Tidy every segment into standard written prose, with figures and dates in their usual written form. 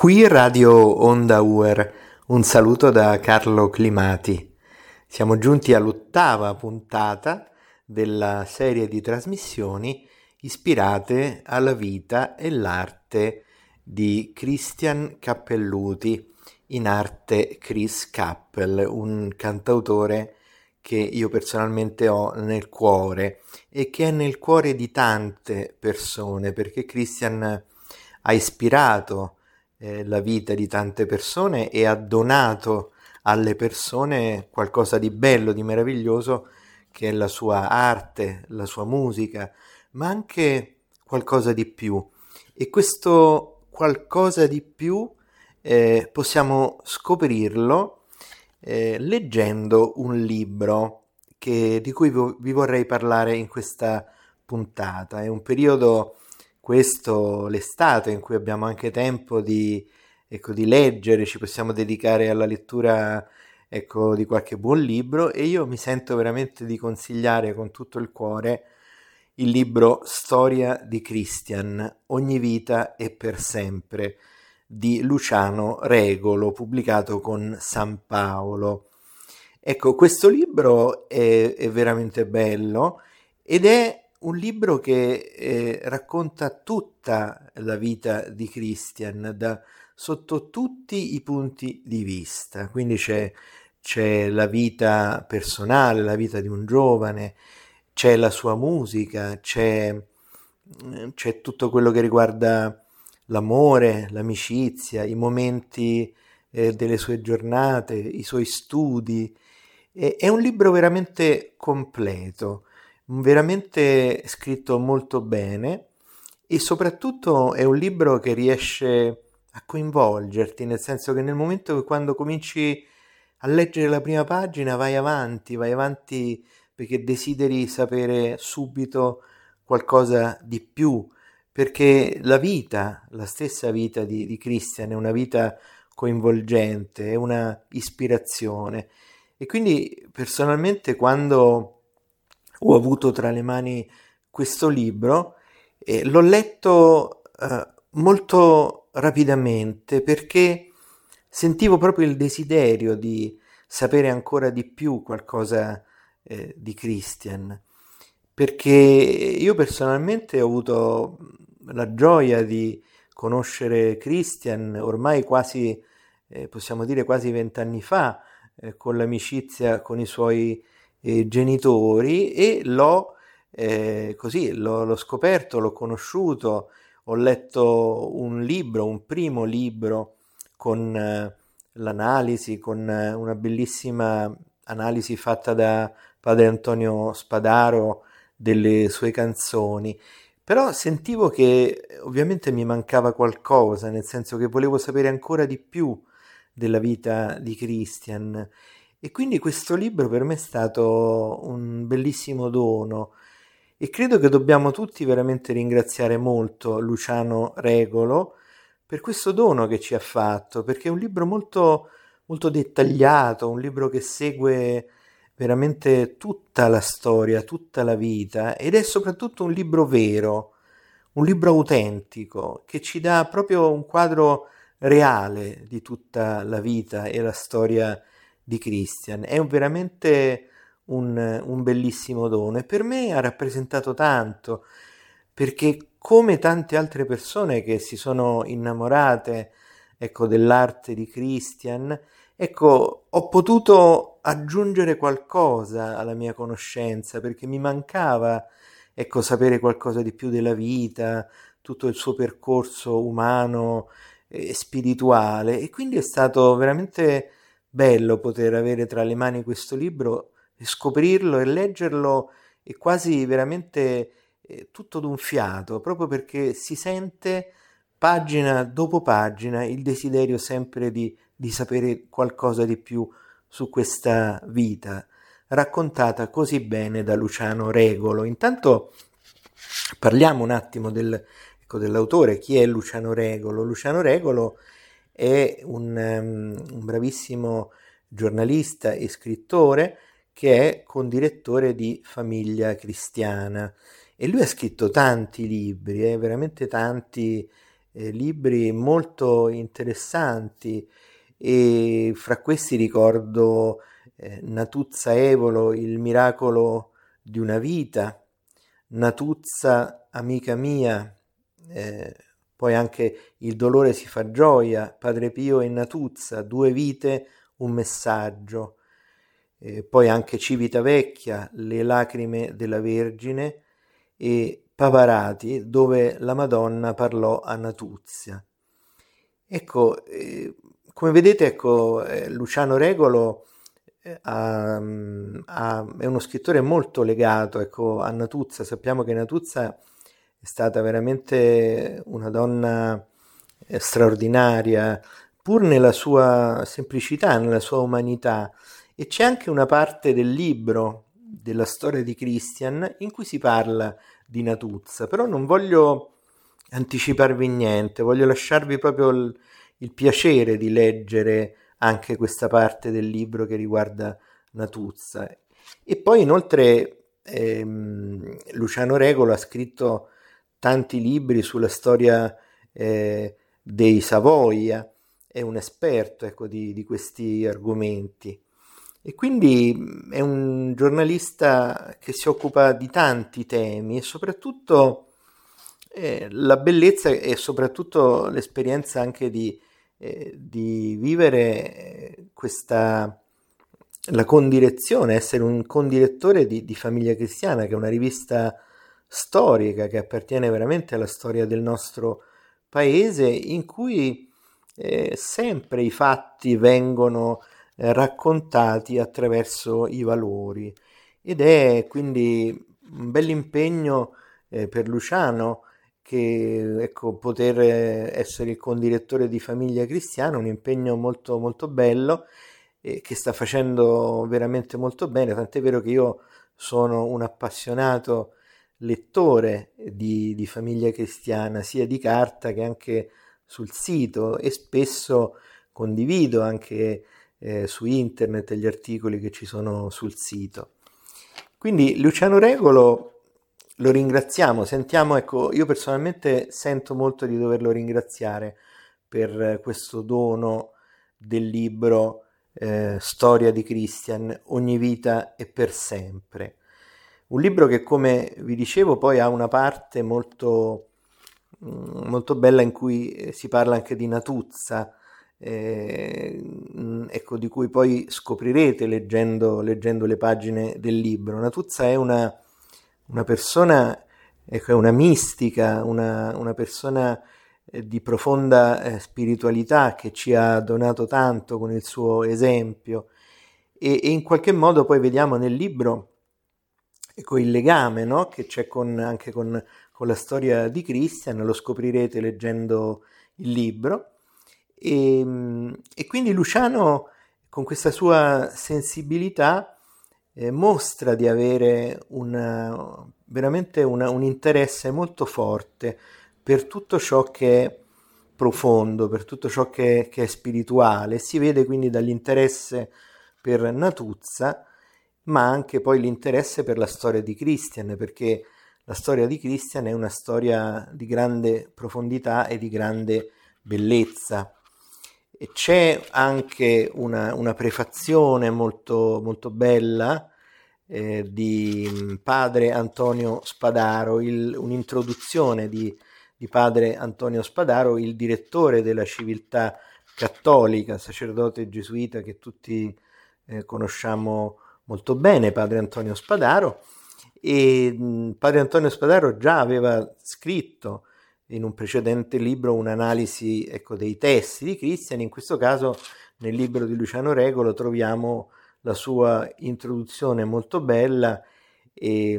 Qui Radio Onda Uer, un saluto da Carlo Climati. Siamo giunti all'8ª puntata della serie di trasmissioni ispirate alla vita e l'arte di Christian Cappelluti, in arte Chris Cappell, un cantautore che io personalmente ho nel cuore e che è nel cuore di tante persone, perché Christian ha ispirato la vita di tante persone e ha donato alle persone qualcosa di bello, di meraviglioso, che è la sua arte, la sua musica, ma anche qualcosa di più. E questo qualcosa di più possiamo scoprirlo leggendo un libro di cui vi vorrei parlare in questa puntata. È un periodo, questo, l'estate, in cui abbiamo anche tempo di leggere, ci possiamo dedicare alla lettura, di qualche buon libro, e io mi sento veramente di consigliare con tutto il cuore il libro Storia di Christian, ogni vita e per sempre, di Luciano Regolo, pubblicato con San Paolo. Ecco, questo libro è veramente bello ed è un libro che racconta tutta la vita di Christian sotto tutti i punti di vista. Quindi c'è la vita personale, la vita di un giovane, c'è la sua musica, c'è tutto quello che riguarda l'amore, l'amicizia, i momenti delle sue giornate, i suoi studi. È un libro veramente completo, veramente scritto molto bene, e soprattutto è un libro che riesce a coinvolgerti, nel senso che nel momento che, quando cominci a leggere la prima pagina, vai avanti perché desideri sapere subito qualcosa di più, perché la stessa vita di Christian è una vita coinvolgente, è una ispirazione. E quindi personalmente, quando ho avuto tra le mani questo libro, l'ho letto molto rapidamente, perché sentivo proprio il desiderio di sapere ancora di più qualcosa di Christian, perché io personalmente ho avuto la gioia di conoscere Christian ormai quasi, possiamo dire quasi 20 anni fa, con l'amicizia con i suoi genitori, e l'ho scoperto, l'ho conosciuto, ho letto un primo libro con l'analisi, con una bellissima analisi fatta da padre Antonio Spadaro delle sue canzoni. Però sentivo che ovviamente mi mancava qualcosa, nel senso che volevo sapere ancora di più della vita di Christian, e quindi questo libro per me è stato un bellissimo dono, e credo che dobbiamo tutti veramente ringraziare molto Luciano Regolo per questo dono che ci ha fatto, perché è un libro molto, molto dettagliato, un libro che segue veramente tutta la storia, tutta la vita, ed è soprattutto un libro vero, un libro autentico, che ci dà proprio un quadro reale di tutta la vita e la storia di Christian. È veramente un bellissimo dono, e per me ha rappresentato tanto, perché come tante altre persone che si sono innamorate, dell'arte di Christian, ho potuto aggiungere qualcosa alla mia conoscenza, perché mi mancava, sapere qualcosa di più della vita, tutto il suo percorso umano e spirituale, e quindi è stato veramente bello poter avere tra le mani questo libro e scoprirlo e leggerlo, e quasi veramente tutto d'un fiato, proprio perché si sente pagina dopo pagina il desiderio sempre di sapere qualcosa di più su questa vita, raccontata così bene da Luciano Regolo. Intanto parliamo un attimo dell'autore. Chi è Luciano Regolo? Luciano Regolo è un bravissimo giornalista e scrittore, che è condirettore di Famiglia Cristiana, e lui ha scritto tanti libri, veramente tanti, libri molto interessanti, e fra questi ricordo Natuzza Evolo, Il miracolo di una vita, Natuzza amica mia, poi anche Il dolore si fa gioia, Padre Pio e Natuzza, Due vite, un messaggio, poi anche Civitavecchia, Le lacrime della Vergine, e Pavarati, dove la Madonna parlò a Natuzia. Ecco, come vedete, ecco, Luciano Regolo è uno scrittore molto legato, ecco, a Natuzza. Sappiamo che Natuzza è stata veramente una donna straordinaria, pur nella sua semplicità, nella sua umanità. E c'è anche una parte del libro della storia di Christian in cui si parla di Natuzza, però non voglio anticiparvi niente, voglio lasciarvi proprio il piacere di leggere anche questa parte del libro che riguarda Natuzza. E poi inoltre Luciano Regolo ha scritto tanti libri sulla storia dei Savoia, è un esperto, ecco, di questi argomenti. E quindi è un giornalista che si occupa di tanti temi, e soprattutto la bellezza e soprattutto l'esperienza anche di vivere la condirezione, essere un condirettore di Famiglia Cristiana, che è una rivista storica che appartiene veramente alla storia del nostro paese, in cui sempre i fatti vengono raccontati attraverso i valori, ed è quindi un bell'impegno per Luciano, che ecco, poter essere il condirettore di Famiglia Cristiana, un impegno molto molto bello, che sta facendo veramente molto bene, tant'è vero che io sono un appassionato lettore di Famiglia Cristiana, sia di carta che anche sul sito, e spesso condivido anche su internet gli articoli che ci sono sul sito. Quindi Luciano Regolo lo ringraziamo, sentiamo, ecco, io personalmente sento molto di doverlo ringraziare per questo dono del libro Storia di Christian, ogni vita e per sempre. Un libro che, come vi dicevo, poi ha una parte molto, molto bella in cui si parla anche di Natuzza, ecco, di cui poi scoprirete leggendo le pagine del libro. Natuzza è una persona, ecco, è una mistica, una persona di profonda spiritualità, che ci ha donato tanto con il suo esempio, e in qualche modo poi vediamo nel libro, ecco, il legame, no? Che c'è anche con la storia di Christian, lo scoprirete leggendo il libro. E quindi Luciano, con questa sua sensibilità, mostra di avere veramente un interesse molto forte per tutto ciò che è profondo, per tutto ciò che è spirituale. Si vede quindi dall'interesse per Natuzza, ma anche poi l'interesse per la storia di Christian, perché la storia di Christian è una storia di grande profondità e di grande bellezza. E c'è anche una prefazione molto, molto bella di padre Antonio Spadaro, un'introduzione di padre Antonio Spadaro, il direttore della Civiltà Cattolica, sacerdote gesuita che tutti conosciamo molto bene, padre Antonio Spadaro. E padre Antonio Spadaro già aveva scritto in un precedente libro un'analisi, ecco, dei testi di Christian. In questo caso nel libro di Luciano Regolo troviamo la sua introduzione molto bella, e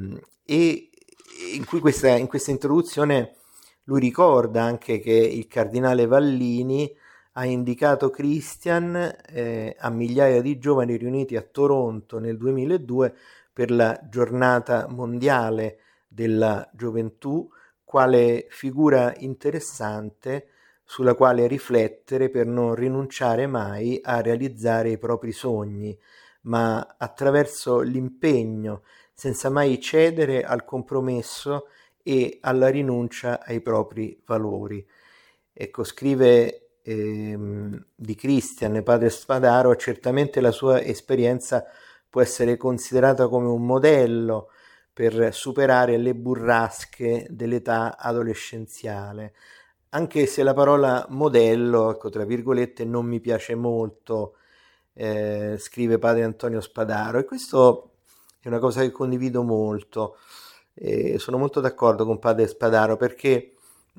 in cui in questa introduzione lui ricorda anche che il cardinale Vallini ha indicato Christian a migliaia di giovani riuniti a Toronto nel 2002 per la giornata mondiale della gioventù, quale figura interessante sulla quale riflettere per non rinunciare mai a realizzare i propri sogni, ma attraverso l'impegno, senza mai cedere al compromesso e alla rinuncia ai propri valori. Ecco, scrive di Christian, padre Spadaro: certamente la sua esperienza può essere considerata come un modello per superare le burrasche dell'età adolescenziale, anche se la parola modello, ecco, tra virgolette, non mi piace molto, scrive padre Antonio Spadaro, e questo è una cosa che condivido molto. Sono molto d'accordo con padre Spadaro, perché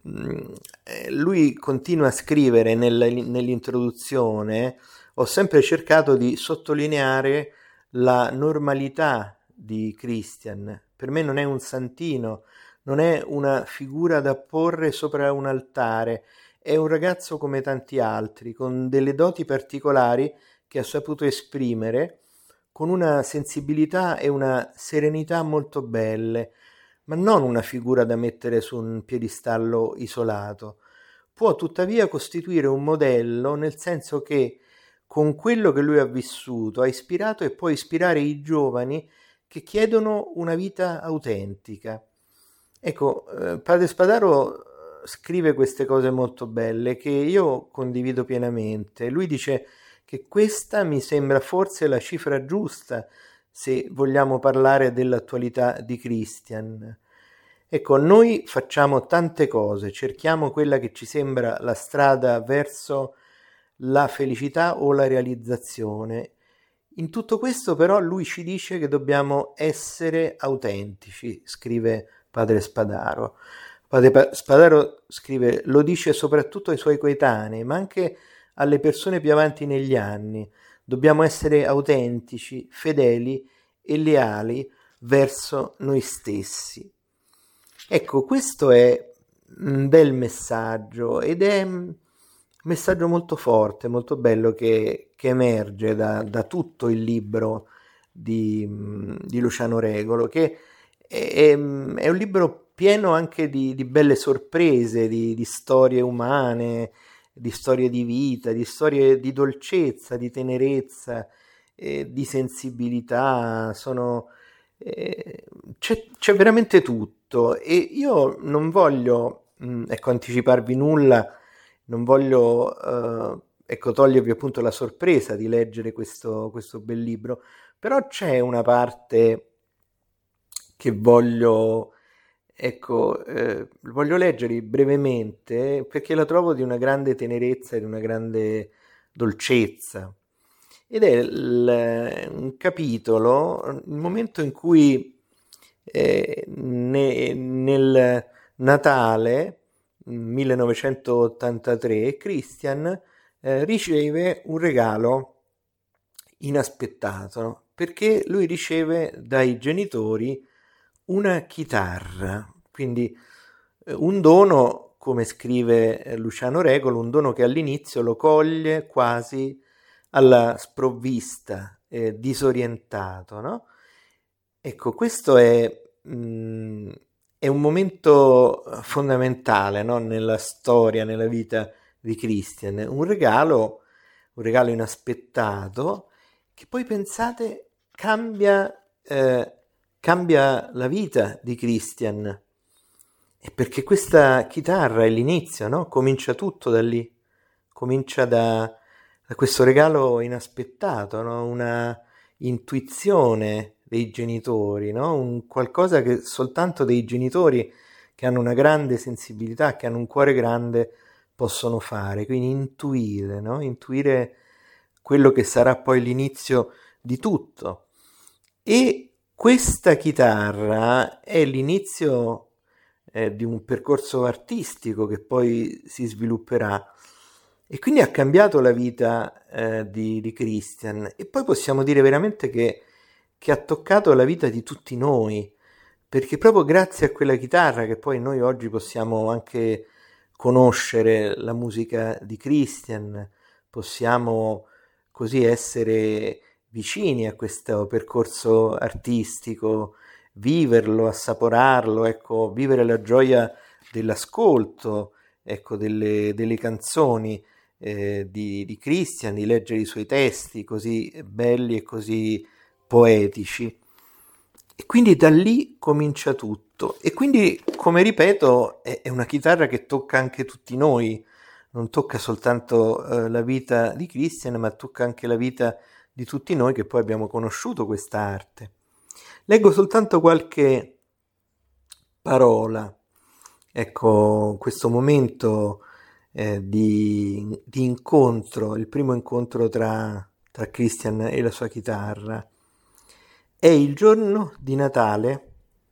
lui continua a scrivere nell'introduzione: ho sempre cercato di sottolineare la normalità di Christian. Per me non è un santino, non è una figura da porre sopra un altare, è un ragazzo come tanti altri, con delle doti particolari che ha saputo esprimere, con una sensibilità e una serenità molto belle, ma non una figura da mettere su un piedistallo isolato. Può tuttavia costituire un modello, nel senso che con quello che lui ha vissuto ha ispirato e può ispirare i giovani che chiedono una vita autentica. Ecco, padre Spadaro scrive queste cose molto belle che io condivido pienamente. Lui dice che questa mi sembra forse la cifra giusta se vogliamo parlare dell'attualità di Christian. Ecco, noi facciamo tante cose, cerchiamo quella che ci sembra la strada verso la felicità o la realizzazione. In tutto questo però lui ci dice che dobbiamo essere autentici, scrive padre Spadaro. Padre Spadaro scrive: lo dice soprattutto ai suoi coetanei, ma anche alle persone più avanti negli anni. Dobbiamo essere autentici, fedeli e leali verso noi stessi. Ecco, questo è un bel messaggio, ed è un messaggio molto forte, molto bello, che emerge da tutto il libro di Luciano Regolo, che è un libro pieno anche di belle sorprese, di storie umane, di storie di vita, di storie di dolcezza, di tenerezza, di sensibilità. C'è veramente tutto, e io non voglio ecco, anticiparvi nulla, non voglio ecco, togliervi appunto la sorpresa di leggere questo bel libro, però c'è una parte che voglio leggere brevemente, perché la trovo di una grande tenerezza e di una grande dolcezza. Ed è un capitolo, il momento in cui nel Natale 1983 Christian riceve un regalo inaspettato, no? Perché lui riceve dai genitori una chitarra, quindi un dono, come scrive Luciano Regolo, un dono che all'inizio lo coglie quasi alla sprovvista, disorientato, no? Ecco, questo è un momento fondamentale, no? Nella storia, nella vita di Christian, un regalo inaspettato, che poi, pensate, cambia la vita di Christian, e perché questa chitarra è l'inizio, no? Comincia tutto da lì, comincia da questo regalo inaspettato, no? Una intuizione dei genitori, no? Un qualcosa che soltanto dei genitori che hanno una grande sensibilità, che hanno un cuore grande, possono fare. Quindi intuire, no? Intuire quello che sarà poi l'inizio di tutto. E questa chitarra è l'inizio di un percorso artistico che poi si svilupperà, e quindi ha cambiato la vita di Christian, e poi possiamo dire veramente che ha toccato la vita di tutti noi, perché proprio grazie a quella chitarra che poi noi oggi possiamo anche conoscere la musica di Christian, possiamo così essere vicini a questo percorso artistico, viverlo, assaporarlo, ecco, vivere la gioia dell'ascolto, ecco, delle canzoni di Christian, di leggere i suoi testi così belli e così poetici. E quindi da lì comincia tutto. E quindi, come ripeto, è una chitarra che tocca anche tutti noi, non tocca soltanto la vita di Christian, ma tocca anche la vita di tutti noi che poi abbiamo conosciuto questa arte. Leggo soltanto qualche parola. Ecco, questo momento di incontro, il primo incontro tra Christian e la sua chitarra. È il giorno di Natale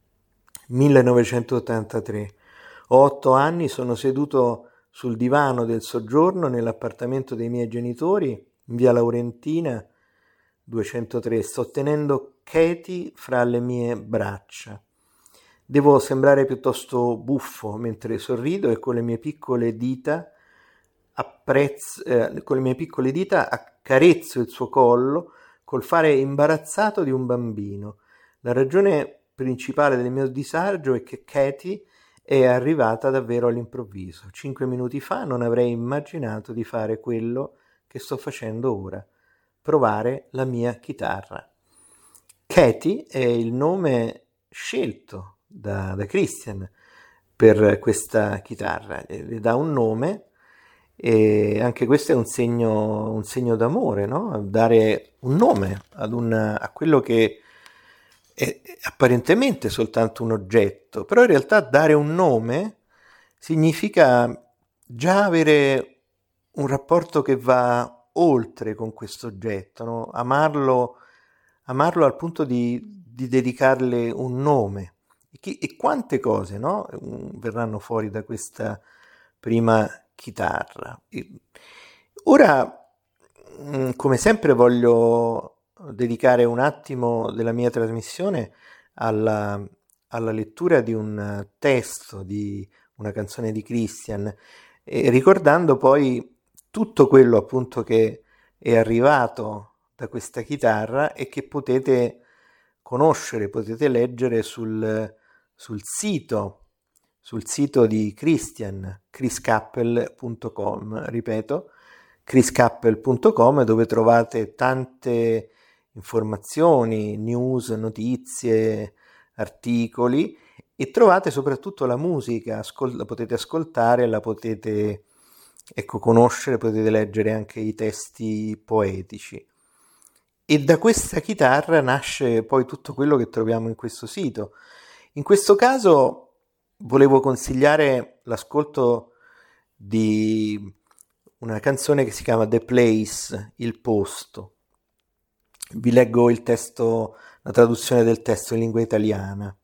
1983. Ho 8 anni, sono seduto sul divano del soggiorno nell'appartamento dei miei genitori in via Laurentina 203. Sto tenendo Katie fra le mie braccia. Devo sembrare piuttosto buffo mentre sorrido e con le mie piccole dita accarezzo il suo collo col fare imbarazzato di un bambino. La ragione principale del mio disagio è che Katie è arrivata davvero all'improvviso. 5 minuti fa non avrei immaginato di fare quello che sto facendo ora, provare la mia chitarra. Katie è il nome scelto da Christian per questa chitarra, le dà un nome e anche questo è un segno d'amore, no? Dare un nome a quello che è apparentemente soltanto un oggetto, però in realtà dare un nome significa già avere un rapporto che va oltre con questo oggetto, no? Amarlo al punto di dedicarle un nome. E quante cose, no? Verranno fuori da questa prima chitarra. Ora, come sempre, voglio dedicare un attimo della mia trasmissione alla lettura di un testo di una canzone di Christian, e ricordando poi tutto quello appunto che è arrivato da questa chitarra e che potete conoscere, potete leggere sul sito di Christian, chriscappel.com, ripeto, chriscappel.com, dove trovate tante informazioni, news, notizie, articoli, e trovate soprattutto la musica, la potete ascoltare, la potete conoscere, potete leggere anche i testi poetici. E da questa chitarra nasce poi tutto quello che troviamo in questo sito. In questo caso volevo consigliare l'ascolto di una canzone che si chiama The Place, il posto. Vi leggo il testo, la traduzione del testo in lingua italiana.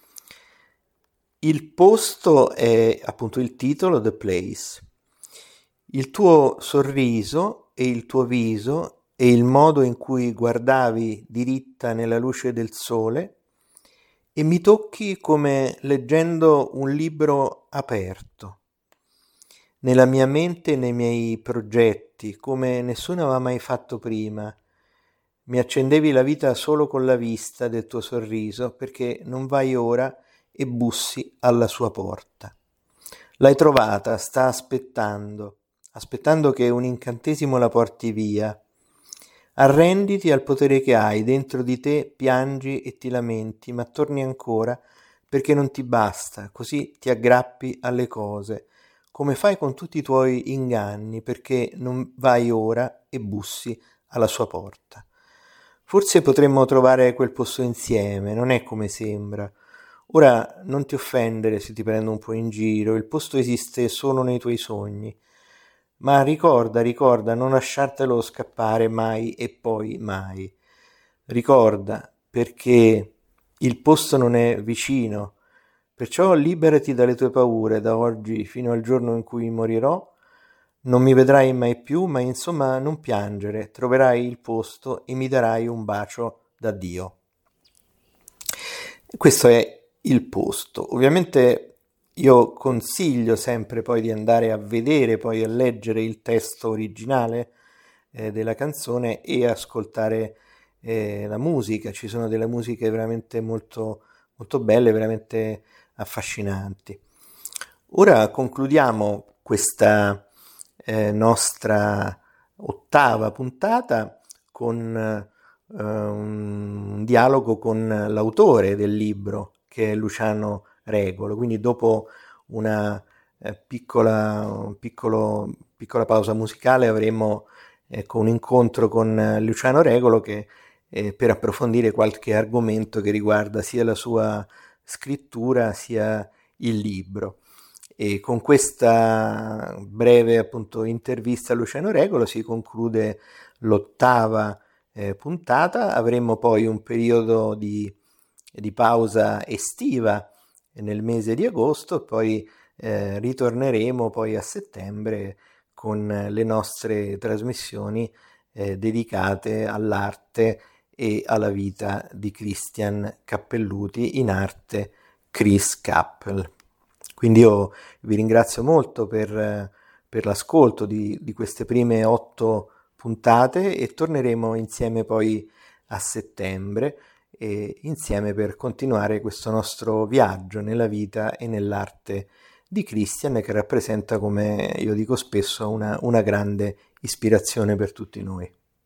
Il posto è appunto il titolo, The Place. Il tuo sorriso e il tuo viso e il modo in cui guardavi diritta nella luce del sole e mi tocchi come leggendo un libro aperto. Nella mia mente e nei miei progetti, come nessuno aveva mai fatto prima. Mi accendevi la vita solo con la vista del tuo sorriso, perché non vai ora e bussi alla sua porta. L'hai trovata, sta aspettando che un incantesimo la porti via. Arrenditi al potere che hai, dentro di te piangi e ti lamenti, ma torni ancora perché non ti basta, così ti aggrappi alle cose, come fai con tutti i tuoi inganni, perché non vai ora e bussi alla sua porta. Forse potremmo trovare quel posto insieme, non è come sembra. Ora non ti offendere se ti prendo un po' in giro, il posto esiste solo nei tuoi sogni. Ma ricorda, non lasciartelo scappare mai e poi mai. Ricorda, perché il posto non è vicino. Perciò liberati dalle tue paure da oggi fino al giorno in cui morirò. Non mi vedrai mai più, ma insomma non piangere. Troverai il posto e mi darai un bacio d'addio. Questo è il posto. Ovviamente io consiglio sempre poi di andare a vedere, poi a leggere il testo originale della canzone e ascoltare la musica. Ci sono delle musiche veramente molto, molto belle, veramente affascinanti. Ora concludiamo questa nostra 8ª puntata con un dialogo con l'autore del libro, che è Luciano Regolo. Quindi dopo una piccola piccola pausa musicale avremo un incontro con Luciano Regolo che per approfondire qualche argomento che riguarda sia la sua scrittura sia il libro. E con questa breve appunto intervista a Luciano Regolo si conclude l'8ª puntata. Avremo poi un periodo di pausa estiva nel mese di agosto e poi ritorneremo poi a settembre con le nostre trasmissioni dedicate all'arte e alla vita di Christian Cappelluti, in arte Chris Cappell. Quindi io vi ringrazio molto per l'ascolto di queste prime 8 puntate e torneremo insieme poi a settembre e insieme per continuare questo nostro viaggio nella vita e nell'arte di Christian, che rappresenta, come io dico spesso, una grande ispirazione per tutti noi.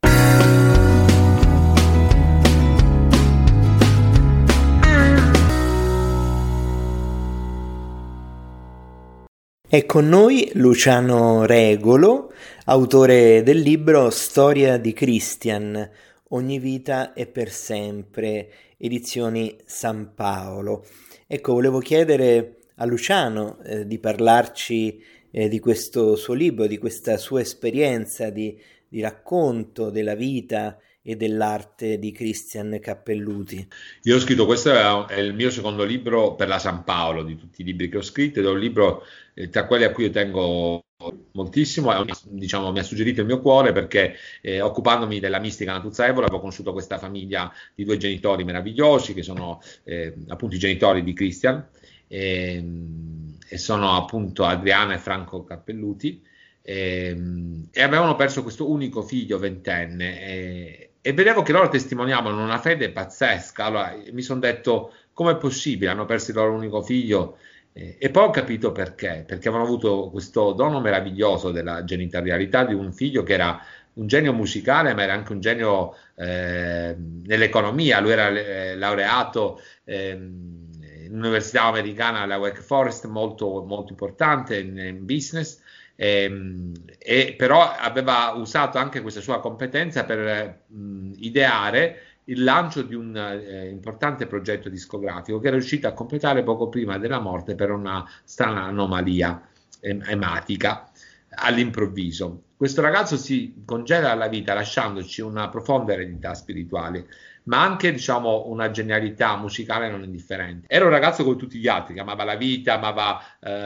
È con noi Luciano Regolo, autore del libro Storia di Christian, Ogni vita è per sempre, edizioni San Paolo. Ecco, volevo chiedere a Luciano di parlarci di questo suo libro, di questa sua esperienza di racconto della vita e dell'arte di Christian Cappelluti. Io ho scritto, questo è il mio secondo libro per la San Paolo, di tutti i libri che ho scritto, ed è un libro tra quelli a cui io tengo moltissimo, diciamo, mi ha suggerito il mio cuore perché occupandomi della mistica Natuzza Evola avevo conosciuto questa famiglia di 2 genitori meravigliosi che sono appunto i genitori di Christian e sono appunto Adriana e Franco Cappelluti e avevano perso questo unico figlio 20enne e vedevo che loro testimoniavano una fede pazzesca. Allora mi sono detto: com'è possibile? Hanno perso il loro unico figlio. E poi ho capito perché avevano avuto questo dono meraviglioso della genitorialità di un figlio che era un genio musicale, ma era anche un genio nell'economia. Lui era laureato in un'università americana, la Wake Forest, molto, molto importante in business, e però aveva usato anche questa sua competenza per ideare il lancio di un importante progetto discografico che era riuscito a completare poco prima della morte per una strana anomalia ematica all'improvviso. Questo ragazzo si congeda alla vita lasciandoci una profonda eredità spirituale, ma anche, diciamo, una genialità musicale non indifferente. Era un ragazzo come tutti gli altri, che amava la vita, amava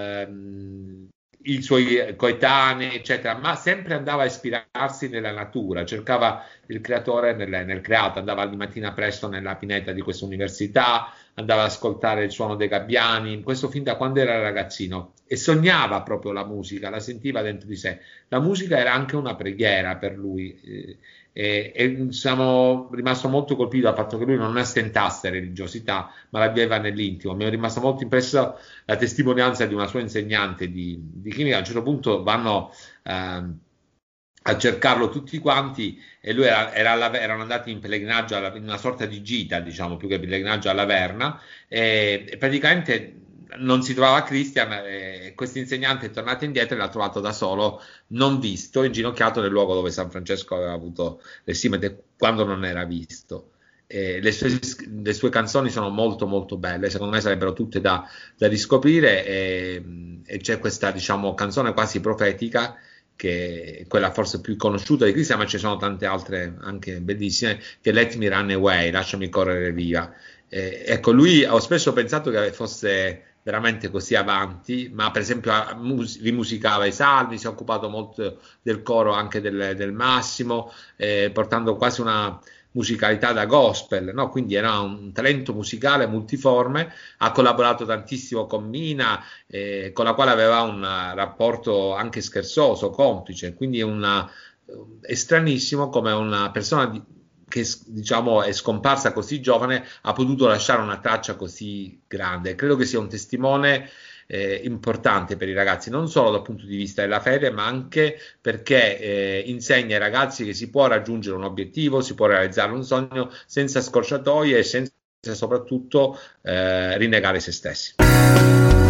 i suoi coetanei, eccetera, ma sempre andava a ispirarsi nella natura, cercava il creatore nel creato, andava di mattina presto nella pineta di questa università, andava ad ascoltare il suono dei gabbiani, questo fin da quando era ragazzino, e sognava proprio la musica, la sentiva dentro di sé. La musica era anche una preghiera per lui, e sono rimasto molto colpito dal fatto che lui non ostentasse religiosità, ma l'aveva nell'intimo. Mi è rimasta molto impressa la testimonianza di una sua insegnante di chimica. A un certo punto vanno a cercarlo tutti quanti e lui erano andati in pellegrinaggio in una sorta di gita, diciamo, più che pellegrinaggio alla Verna, e praticamente non si trovava Christian, questo insegnante è tornato indietro e l'ha trovato da solo, non visto, inginocchiato nel luogo dove San Francesco aveva avuto le stime quando non era visto. Le sue canzoni sono molto molto belle, secondo me sarebbero tutte da riscoprire, e c'è questa, diciamo, canzone quasi profetica che è quella forse più conosciuta di Christian, ma ci sono tante altre anche bellissime, che è Let Me Run Away, lasciami correre via. Ecco, lui, ho spesso pensato che fosse veramente così avanti, ma per esempio rimusicava i salmi, si è occupato molto del coro anche del Massimo, portando quasi una musicalità da gospel, no? Quindi era un talento musicale multiforme, ha collaborato tantissimo con Mina, con la quale aveva un rapporto anche scherzoso, complice, quindi è stranissimo come una persona che, diciamo, è scomparsa così giovane ha potuto lasciare una traccia così grande. Credo che sia un testimone importante per i ragazzi, non solo dal punto di vista della fede, ma anche perché insegna ai ragazzi che si può raggiungere un obiettivo, si può realizzare un sogno senza scorciatoie e senza soprattutto rinnegare se stessi.